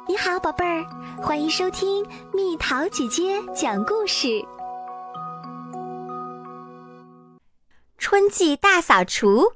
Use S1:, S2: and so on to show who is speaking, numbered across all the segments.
S1: 你好，宝贝儿，欢迎收听蜜桃姐姐讲故事。
S2: 春季大扫除。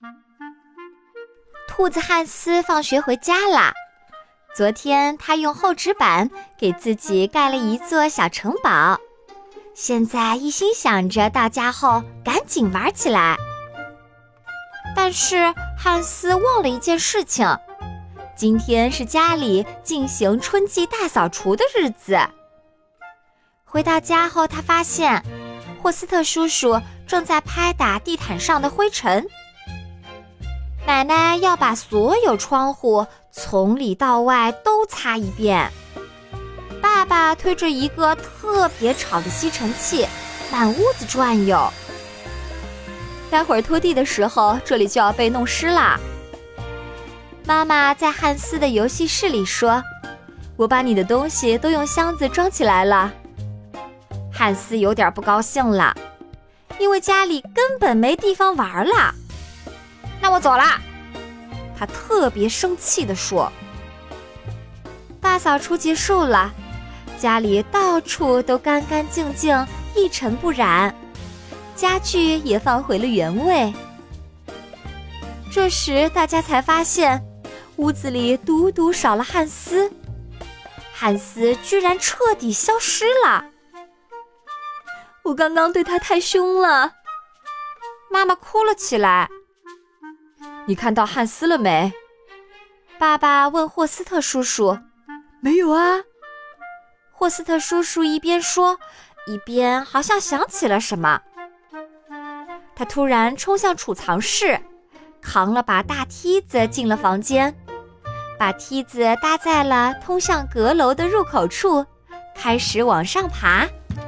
S2: 兔子汉斯放学回家啦。昨天他用厚纸板给自己盖了一座小城堡，现在一心想着到家后赶紧玩起来。但是汉斯忘了一件事情，今天是家里进行春季大扫除的日子。回到家后，他发现霍斯特叔叔正在拍打地毯上的灰尘。奶奶要把所有窗户从里到外都擦一遍。爸爸推着一个特别吵的吸尘器满屋子转悠。待会儿拖地的时候，这里就要被弄湿啦。妈妈在汉斯的游戏室里说，我把你的东西都用箱子装起来了。汉斯有点不高兴了，因为家里根本没地方玩了。那我走啦，他特别生气地说。大扫除结束了，家里到处都干干净净，一尘不染，家具也放回了原位。这时大家才发现，屋子里独独少了汉斯。汉斯居然彻底消失了。我刚刚对他太凶了，妈妈哭了起来。你看到汉斯了没？爸爸问霍斯特叔叔。没有啊。霍斯特叔叔一边说，一边好像想起了什么。他突然冲向储藏室，扛了把大梯子进了房间，把梯子搭在了通向阁楼的入口处，开始往上爬。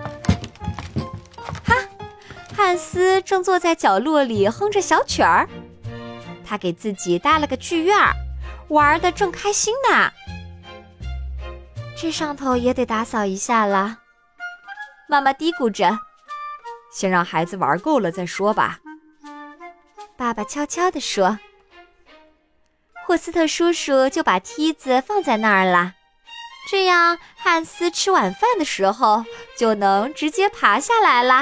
S2: 哈，汉斯正坐在角落里哼着小曲儿。他给自己搭了个剧院，玩得正开心呢。这上头也得打扫一下了，妈妈嘀咕着，先让孩子玩够了再说吧。爸爸悄悄地说。霍斯特叔叔就把梯子放在那儿了，这样汉斯吃晚饭的时候就能直接爬下来啦。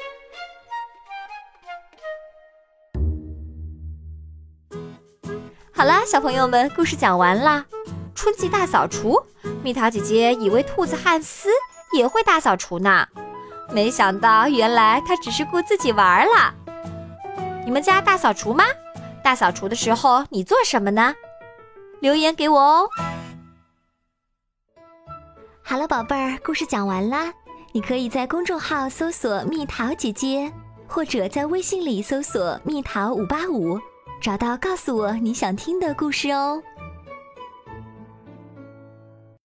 S2: 好啦，小朋友们，故事讲完啦。春季大扫除，蜜桃姐姐以为兔子汉斯也会大扫除呢，没想到原来他只是顾自己玩了。你们家大扫除吗？大扫除的时候你做什么呢？留言给我哦。
S1: 好了，宝贝儿，故事讲完啦。你可以在公众号搜索蜜桃姐姐，或者在微信里搜索蜜桃585，找到告诉我你想听的故事哦。